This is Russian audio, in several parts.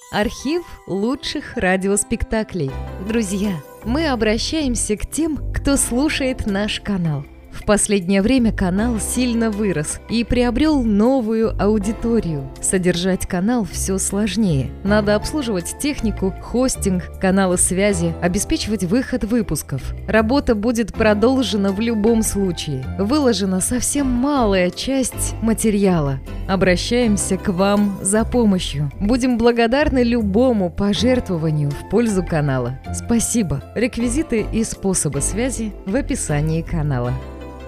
Архив лучших радиоспектаклей. Друзья, мы обращаемся к тем, кто слушает наш канал. В последнее время канал сильно вырос и приобрел новую аудиторию. Содержать канал все сложнее. Надо обслуживать технику, хостинг, каналы связи, обеспечивать выход выпусков. Работа будет продолжена в любом случае. Выложена совсем малая часть материала. Обращаемся к вам за помощью. Будем благодарны любому пожертвованию в пользу канала. Спасибо. Реквизиты и способы связи в описании канала.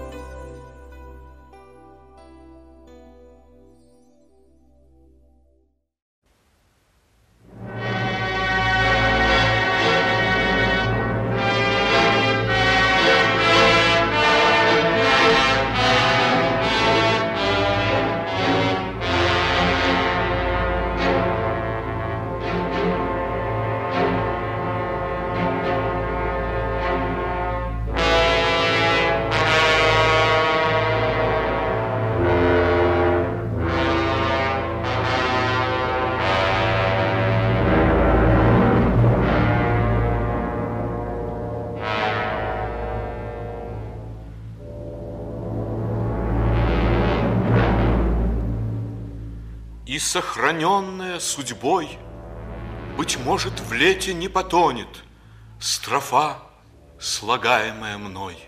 И сохраненная судьбой, быть может, в лете не потонет строфа, слагаемая мной.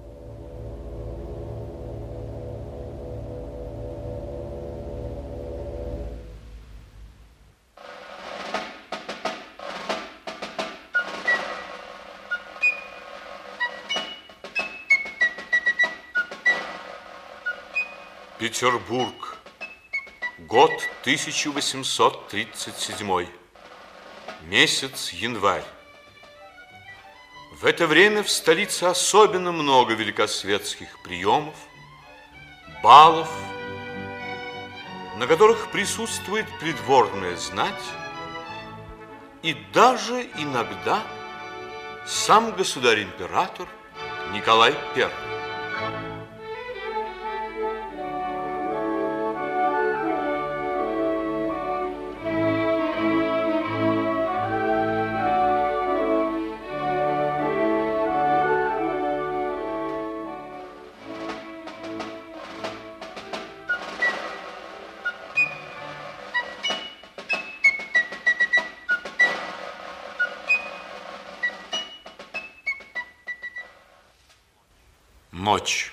Петербург. Год 1837. Месяц январь. В это время в столице особенно много великосветских приемов, балов, на которых присутствует придворная знать и даже иногда сам государь-император Николай I. Ночь.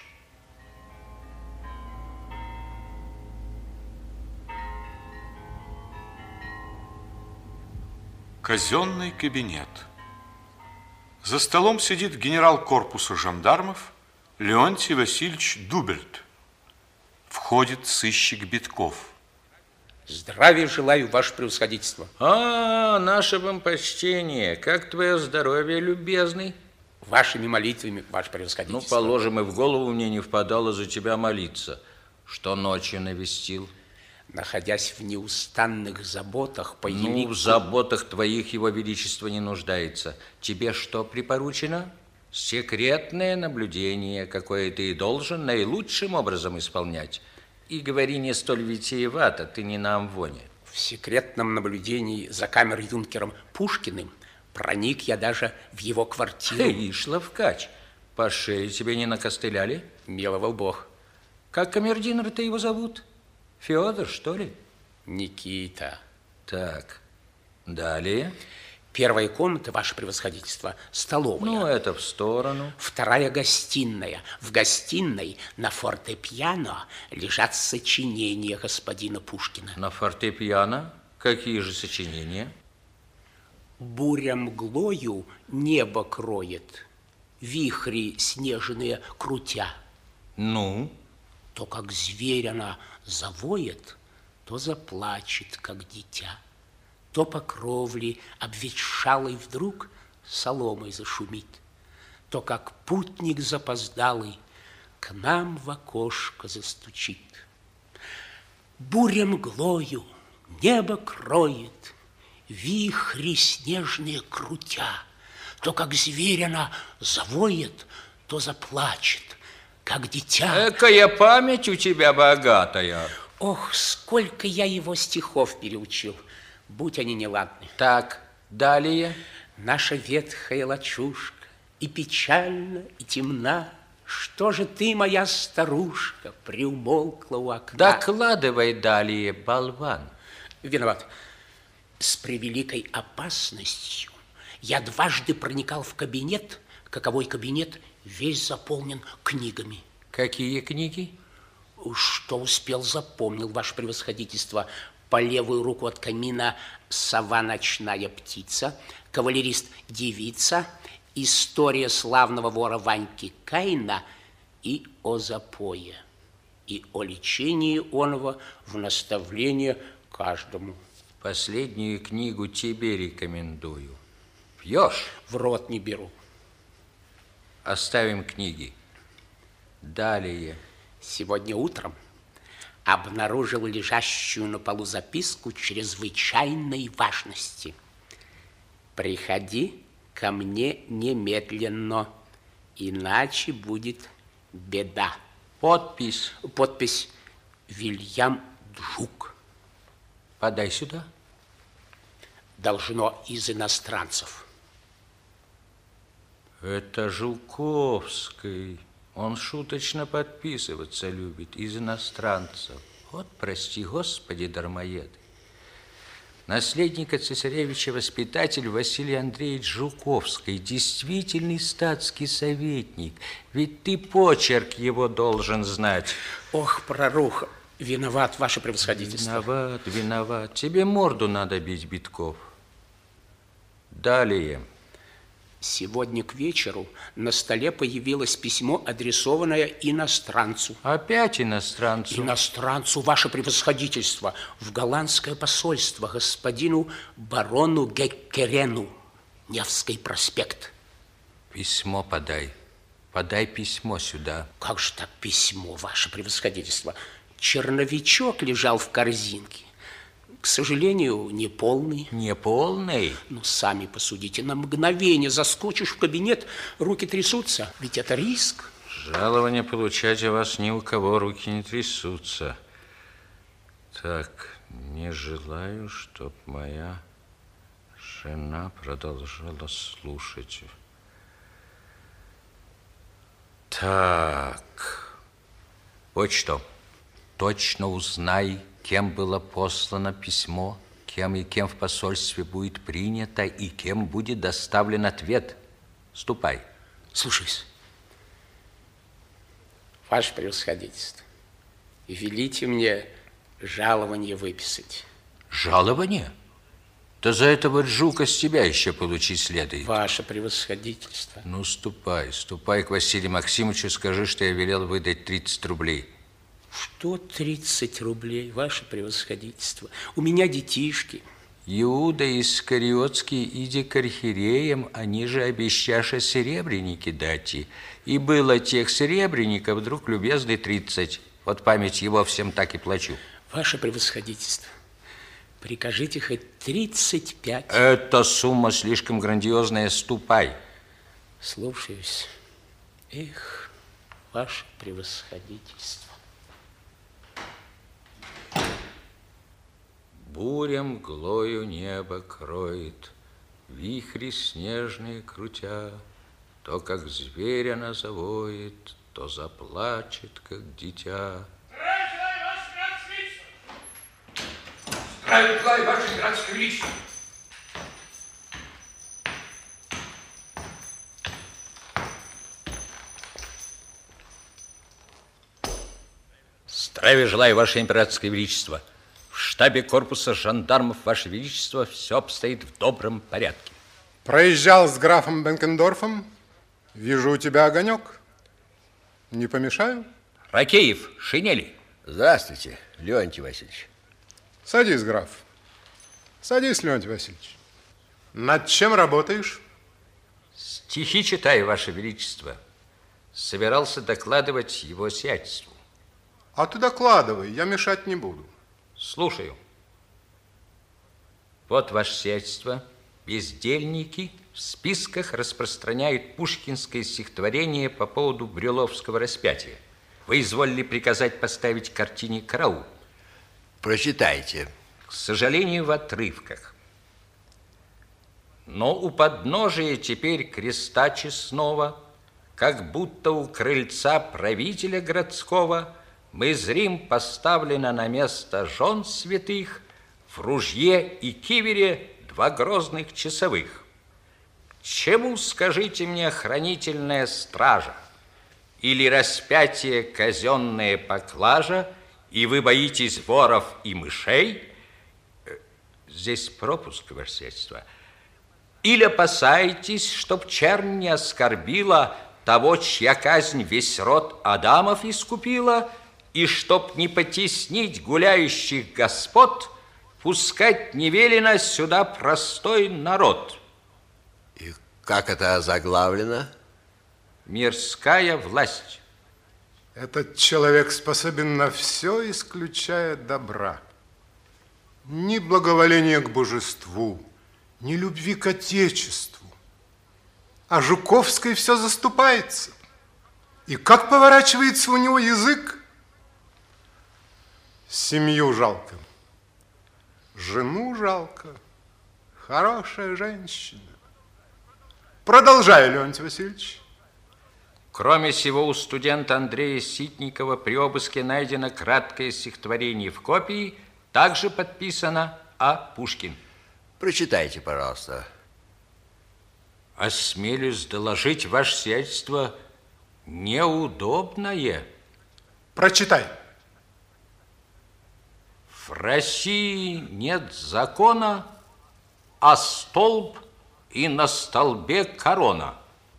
Казенный кабинет. За столом сидит генерал корпуса жандармов Леонтий Васильевич Дубельт. Входит сыщик Битков. Здравия желаю, ваше превосходительство. Наше вам почтение. Как твое здоровье, любезный? Вашими молитвами, ваше превосходительство. Ну, положим, и в голову мне не впадало за тебя молиться. Что ночью навестил? Находясь в неустанных заботах по Ну, в заботах твоих его величество не нуждается. Тебе что припоручено? Секретное наблюдение, какое ты и должен наилучшим образом исполнять. И говори не столь витиевато, ты не на амвоне. В секретном наблюдении за камер-юнкером Пушкиным проник я даже в его квартиру. Ишь, ловкач, по шее тебе не накостыляли? Миловал Бог. Как камердинер-то его зовут? Федор, что ли? Никита. Так, далее. Первая комната, ваше превосходительство, столовая. Ну, это в сторону. Вторая гостиная. В гостиной на фортепиано лежат сочинения господина Пушкина. На фортепиано? Какие же сочинения? Буря мглою небо кроет, вихри снежные крутя. Ну? То, как зверь она завоет, то заплачет, как дитя. То по кровле обветшалой вдруг соломой зашумит, то, как путник запоздалый, к нам в окошко застучит. Буря мглою небо кроет, вихри снежные крутя, то, как зверь она завоет, то заплачет, как дитя. Экая память у тебя богатая. Ох, сколько я его стихов переучил. будь они неладны. Так, далее. Наша ветхая лачушка и печальна, и темна. Что же ты, моя старушка, приумолкла у окна? Докладывай далее, болван. Виноват. С превеликой опасностью я дважды проникал в кабинет, каковой кабинет весь заполнен книгами. Какие книги? Что успел, запомнил, ваше превосходительство. По левую руку от камина «Сова ночная птица», «Кавалерист девица», «История славного вора Ваньки Каина» и «О запое», и «О лечении оного в наставление каждому». Последнюю книгу тебе рекомендую. Пьешь? В рот не беру. Оставим книги. Далее. Сегодня утром обнаружил лежащую на полу записку чрезвычайной важности. «Приходи ко мне немедленно, иначе будет беда». Подпись. Подпись «Вильям Джук». Подай сюда. Должно из иностранцев. Это Жуковский. Он шуточно подписываться любит, из иностранцев. Вот, прости, Господи, дармоеды. Наследника цесаревича-воспитатель Василий Андреевич Жуковский, действительный статский советник. Ведь ты почерк его должен знать. Ох, проруха, виноват, ваше превосходительство. Виноват, виноват. Тебе морду надо бить, Битков. Далее. Сегодня к вечеру на столе появилось письмо, адресованное иностранцу. Опять иностранцу? Иностранцу, ваше превосходительство, в голландское посольство господину барону Геккерену, Невский проспект. Письмо подай. Подай письмо сюда. Как же так письмо, ваше превосходительство? Черновичок лежал в корзинке. К сожалению, не полный. Не полный? Ну, сами посудите, на мгновение заскочишь в кабинет, руки трясутся, ведь это риск. Жалование получать у вас ни у кого руки не трясутся. Так, не желаю, чтоб моя жена продолжала слушать. Так, вот что, точно узнай, кем было послано письмо, кем и кем в посольстве будет принято, и кем будет доставлен ответ. Ступай. Слушаюсь. Ваше превосходительство, велите мне жалование выписать. Жалование? Да за этого Джука с тебя еще получить следует. Ваше превосходительство. Ну, ступай к Василию Максимовичу, скажи, что я велел выдать 30 рублей. Что 30 рублей, ваше превосходительство? У меня детишки. Иуда Искариотский, иди к архиереям, они же обещаша серебряники дати. И было тех серебряников, вдруг любезный 30. Вот память его всем так и плачу. Ваше превосходительство, прикажите хоть 35. Эта сумма слишком грандиозная, ступай. Слушаюсь. Эх, ваше превосходительство. Буря мглою небо кроет, вихри снежные крутя, то, как зверь она завоет, то заплачет, как дитя. Здравия желаю, ваше императорское величество! Здравия желаю, ваше императорское величество! В штабе корпуса жандармов, ваше величество, все обстоит в добром порядке. Проезжал с графом Бенкендорфом. Вижу, у тебя огонек. Не помешаю? Ракеев, шинели. Здравствуйте, Леонтий Васильевич. Садись, граф. Садись, Леонтий Васильевич. Над чем работаешь? Стихи читаю, ваше величество. Собирался докладывать его сиятельству. А ты докладывай, я мешать не буду. Слушаю. Вот ваше сиятельство. Бездельники в списках распространяют пушкинское стихотворение по поводу Брюловского распятия. Вы изволили приказать поставить к картине караул. Прочитайте. к сожалению, в отрывках. Но у подножия теперь креста честного, как будто у крыльца правителя городского, мы зрим поставлено на место жен святых в ружье и кивере 2 грозных часовых. Чему, скажите мне, хранительная стража? Или распятие казенная поклажа, и вы боитесь воров и мышей? Здесь пропуск, ваше сиятельство. Или опасаетесь, чтоб чернь не оскорбила того, чья казнь весь род Адамов искупила, и чтоб не потеснить гуляющих господ, пускать не велено сюда простой народ. И как это озаглавлено? Мирская власть. Этот человек способен на все, исключая добра. Ни благоволения к божеству, ни любви к отечеству. А Жуковской все заступается. И как поворачивается у него язык? Семью жалко, жену жалко, хорошая женщина. Продолжай, Леонтий Васильевич. Кроме сего, у студента Андрея Ситникова при обыске найдено краткое стихотворение в копии, также подписано А. Пушкин. Прочитайте, пожалуйста. Осмелюсь доложить, ваше сиятельство, неудобное. Прочитай. В России нет закона, а столб и на столбе корона.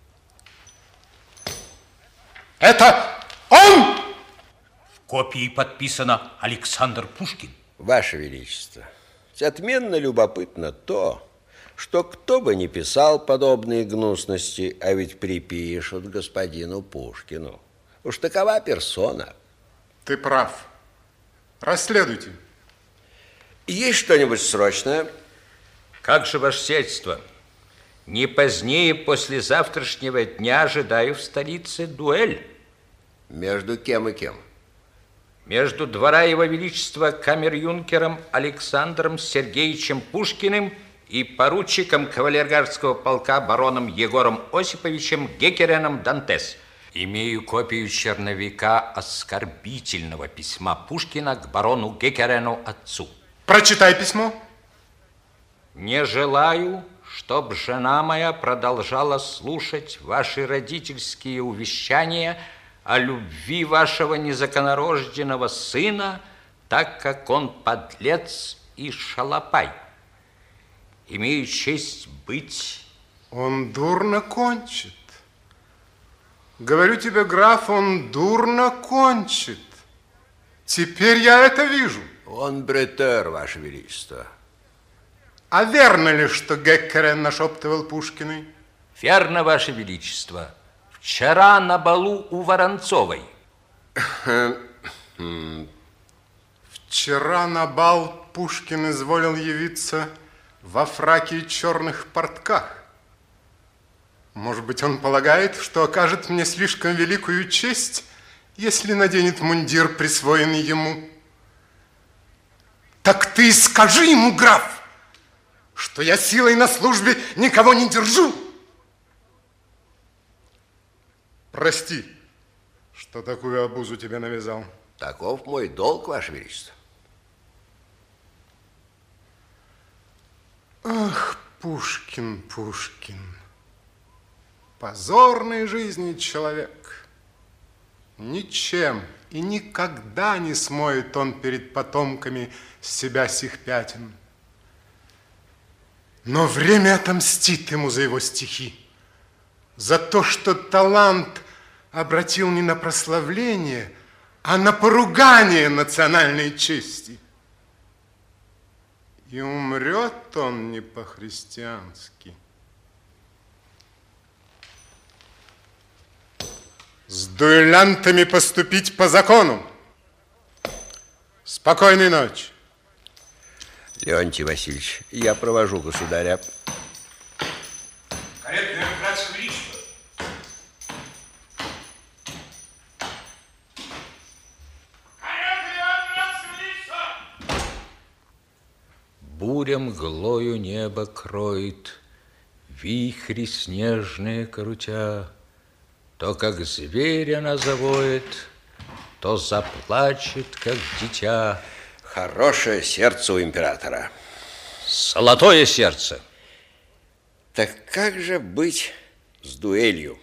Это он! В копии подписано Александр Пушкин. Ваше Величество, отменно любопытно то, что кто бы ни писал подобные гнусности, а ведь припишут господину Пушкину. Уж такова персона. Ты прав. Расследуйте. Есть что-нибудь срочное? Как же, ваше сиятельство, не позднее послезавтрашнего дня ожидаю в столице дуэль. Между кем и кем? Между двора его величества камер-юнкером Александром Сергеевичем Пушкиным и поручиком кавалергардского полка бароном Егором Осиповичем Геккереном Дантес. Имею копию черновика оскорбительного письма Пушкина к барону Геккерену отцу. Прочитай письмо. Не желаю, чтоб жена моя продолжала слушать ваши родительские увещания о любви вашего незаконнорожденного сына, так как он подлец и шалопай. Имею честь быть... Он дурно кончит. Говорю тебе, граф, он дурно кончит. Теперь я это вижу. Он бретер, Ваше Величество. А верно ли, что Геккерен нашептывал Пушкиной? Верно, Ваше Величество. Вчера на балу у Воронцовой. Вчера на бал Пушкин изволил явиться во фраке и черных портках. Может быть, он полагает, что окажет мне слишком великую честь, если наденет мундир, присвоенный ему. Так ты скажи ему, граф, что я силой на службе никого не держу. Прости, что такую обузу тебе навязал. Таков мой долг, Ваше Величество. Ах, Пушкин, Пушкин. Позорной жизни человек. Ничем и никогда не смоет он перед потомками с себя сих пятен. Но время отомстит ему за его стихи, за то, что талант обратил не на прославление, а на поругание национальной чести. И умрет он не по-христиански. С дуэлянтами поступить по закону. Спокойной ночи. Леонтий Васильевич, я провожу государя. Каретное братство величество. Буря мглою небо кроет, вихри снежные крутя. То, как зверь она завоет, то заплачет, как дитя. Хорошее сердце у императора. Золотое сердце. Так как же быть с дуэлью?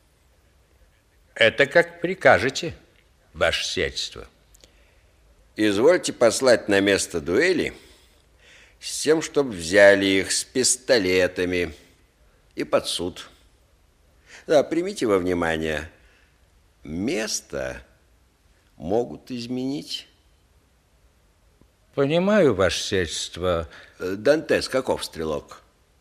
Это как прикажете, ваше сиятельство. Извольте послать на место дуэли с тем, чтобы взяли их с пистолетами и под суд. Да, примите во внимание, место могут изменить. Понимаю, ваше сиятельство. Дантес каков стрелок?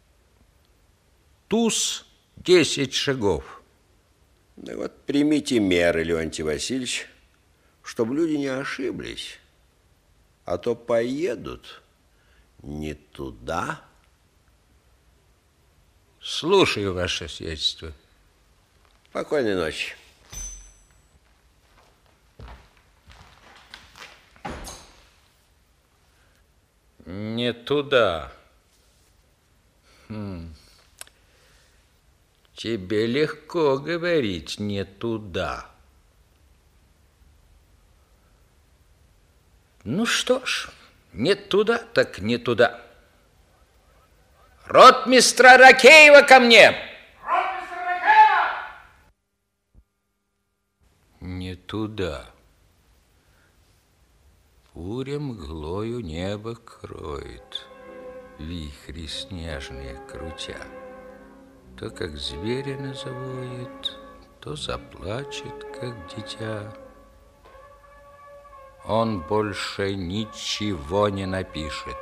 Туз 10 шагов. Ну вот примите меры, Леонтий Васильевич, чтобы люди не ошиблись, а то поедут не туда. Слушаю, ваше сиятельство. Спокойной ночи. Не туда. Тебе легко говорить не туда. Ну что ж, не туда, так не туда. Ротмистра Ракеева ко мне! Ротмистр Ракеева! Не туда. Буря мглою небо кроет, вихри снежные крутя. То, как зверя назовет, то заплачет, как дитя. Он больше ничего не напишет.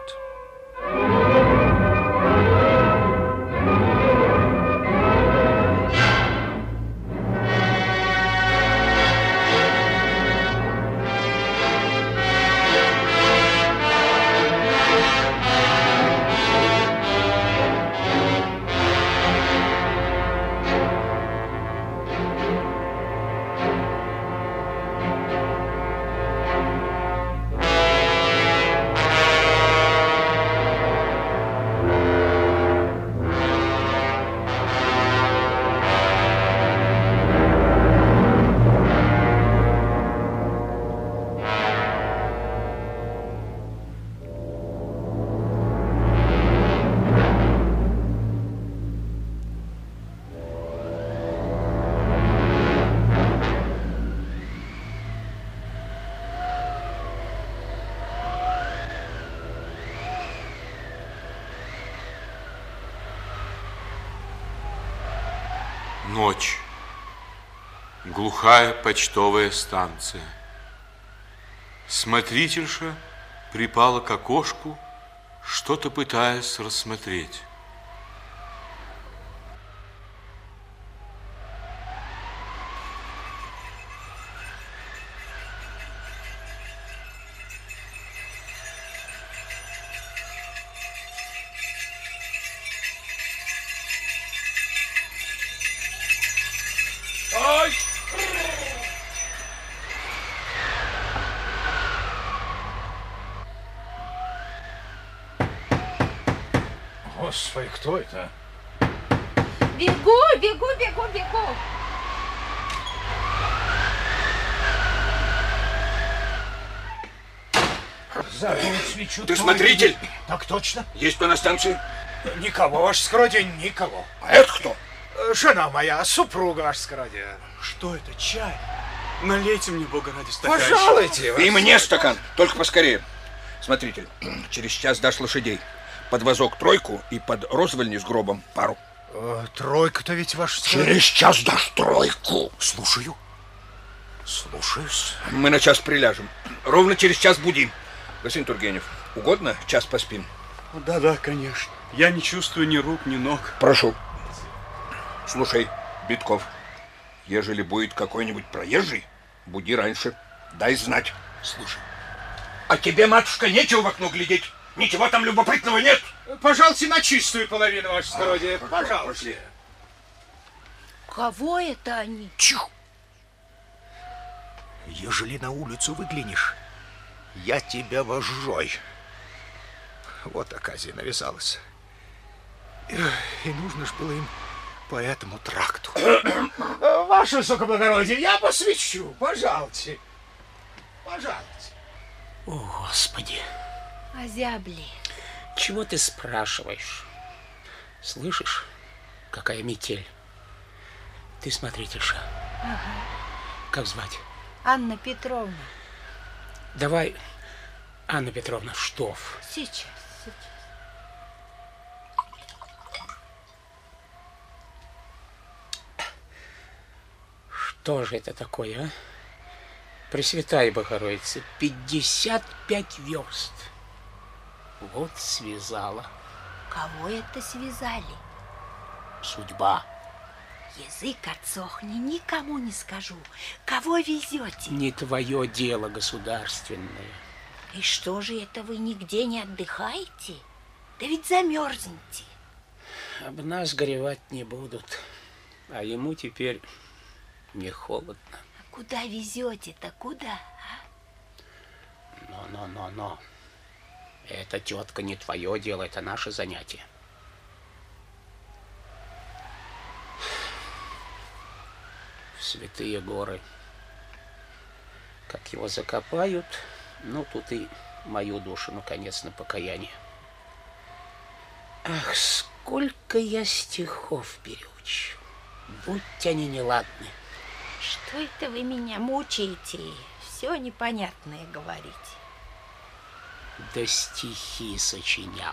Ночь. Глухая почтовая станция. Смотрительша припала к окошку, что-то пытаясь рассмотреть. Господи, кто это? Бегу, бегу, бегу, бегу. Задул свечу. Ты смотритель? Так точно. Есть кто на станции? Никого, ваше скородие, никого. А это кто? Жена моя, супруга, ваше скородие. Что это, чай? Налейте мне, Бога ради, стаканчик. Пожалуйте. И мне стакан, только поскорее. Смотритель, через час дашь лошадей. Под вазок тройку и под розвальни с гробом пару. Тройка-то ведь ваше скородие. Через час дашь тройку. Слушаю. Слушаюсь. Мы на час приляжем. Ровно через час будим. Господин Тургенев, угодно час поспим? Да, конечно. Я не чувствую ни рук, ни ног. Прошу. Слушай, Битков, ежели будет какой-нибудь проезжий, буди раньше, дай знать. Слушай. А тебе, матушка, нечего в окно глядеть? Ничего там любопытного нет? Пожалуйте на чистую половину, ваше скородие. Пожалуйста. Кого это они? Тихо. Ежели на улицу выглянешь, я тебя вожжой. Вот оказия навязалась. И нужно ж было им по этому тракту. Ваше высокоблагородие, я посвящу. Пожалуйте. Пожалуйте. О, Господи. Озябли. Чего ты спрашиваешь? Слышишь, какая метель? Ты смотрительша. Ага. Как звать? Анна Петровна. Давай, Анна Петровна, штоф. Сейчас. Что же это такое, а? Пресвятая Богородица, 55 верст. Вот связала. Кого это связали? Судьба. Язык отсохни, никому не скажу. Кого везете? Не твое дело государственное. И что же это вы нигде не отдыхаете? Да ведь замерзнете. Об нас горевать не будут. А ему теперь не холодно. А куда везете-то? Куда? Но. Эта тетка не твое дело, это наше занятие. В святые горы. Как его закопают, ну, тут и мою душу, наконец, на покаяние. Ах, сколько я стихов переучил. Будь они неладны. Что это вы меня мучаете? Все непонятное говорите. Да стихи сочинял.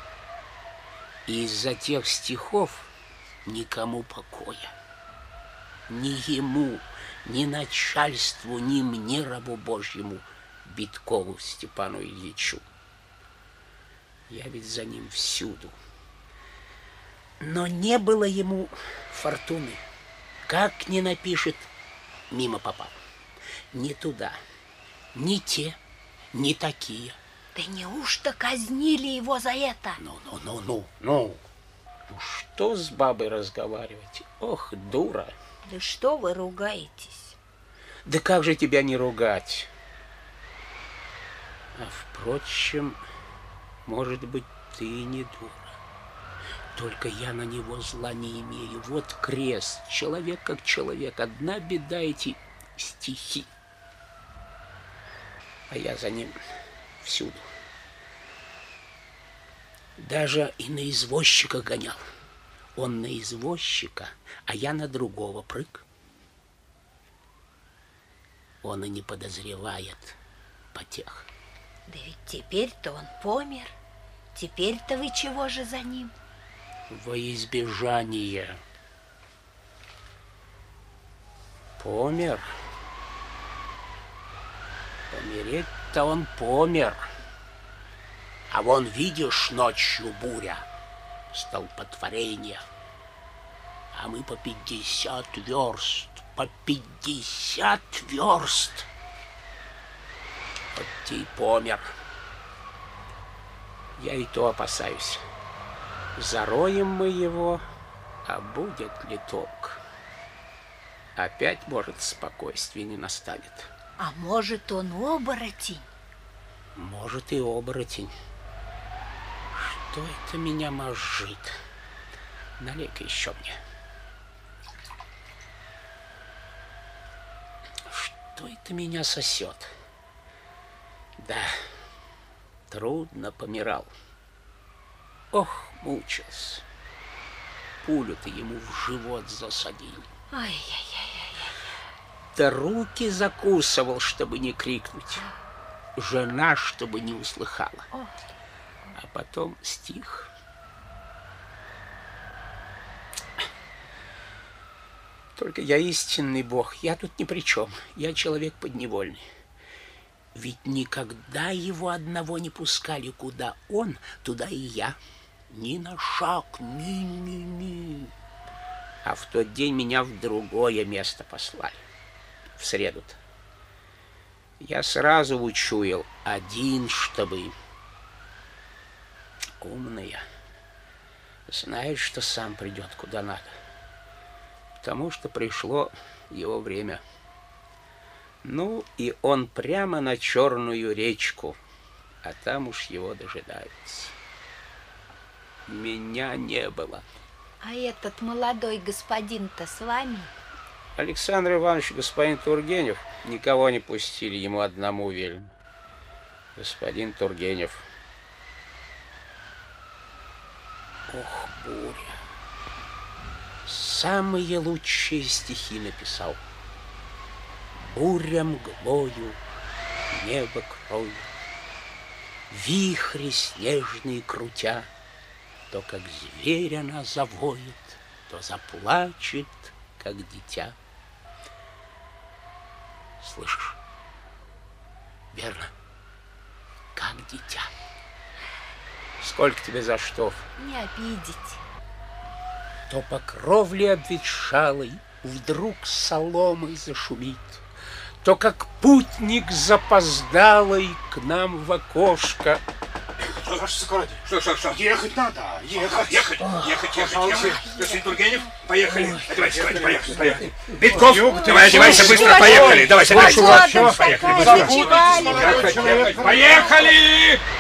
И из-за тех стихов никому покоя. Ни ему, ни начальству, ни мне, рабу Божьему, Биткову Степану Ильичу. Я ведь за ним всюду. Но не было ему фортуны. Как ни напишет, мимо попал. Не туда, не те, не такие. Да неужто казнили его за это? Ну, что с бабой разговаривать? Ох, дура. Да что вы ругаетесь? Да как же тебя не ругать? А впрочем, может быть, ты не дура. Только я на него зла не имею. Вот крест, человек как человек. Одна беда эти стихи. А я за ним всюду. Даже и на извозчика гонял. Он на извозчика, а я на другого прыг. Он и не подозревает потех. Да ведь теперь-то он помер. Теперь-то вы чего же за ним? Во избежание. Помер. Помереть-то он помер. А вон, видишь, ночью буря, столпотворение. А мы по 50 верст, по 50 верст. Вот те и помер. Я и то опасаюсь. Зароем мы его, а будет ли толк? Опять, может, спокойствие не настанет. А может, он оборотень? Может, и оборотень. Что это меня мозжит? Налей-ка еще мне. Что это меня сосет? Да, трудно помирал. Ох, мучился. Пулю-то ему в живот засадили. Ай-яй-яй-яй. Да руки закусывал, чтобы не крикнуть. Жена, чтобы не услыхала. А потом стих. Только я истинный Бог, я тут ни при чем. Я человек подневольный. Ведь никогда его одного не пускали, куда он, туда и я. Ни на шаг, ни. А в тот день меня в другое место послали. В среду-то. Я сразу учуял, один, чтобы... Умная. Знает, что сам придет куда надо. Потому что пришло его время. Ну, и он прямо на Черную речку а там уж его дожидаются. Меня не было. А этот молодой господин-то с вами? Александр Иванович, господин Тургенев, никого не пустили, ему одному велено. Господин Тургенев. Ох, буря. Самые лучшие стихи написал. Буря мглою, небо кровью, вихри снежные крутя, то как зверь она завоет, то заплачет, как дитя. Слышишь? Верно, как дитя. Сколько тебе за штоф? Не обидите. То по кровле обветшалой вдруг соломой зашумит, то как путник запоздалый к нам в окошко. Ваше скородие. Что? Ехать надо, ехать. Ехать. Господин Тургенев, поехали. Давайте, поехали. Битков, давай одевайся быстро, поехали. Давай, Поехали. поехали.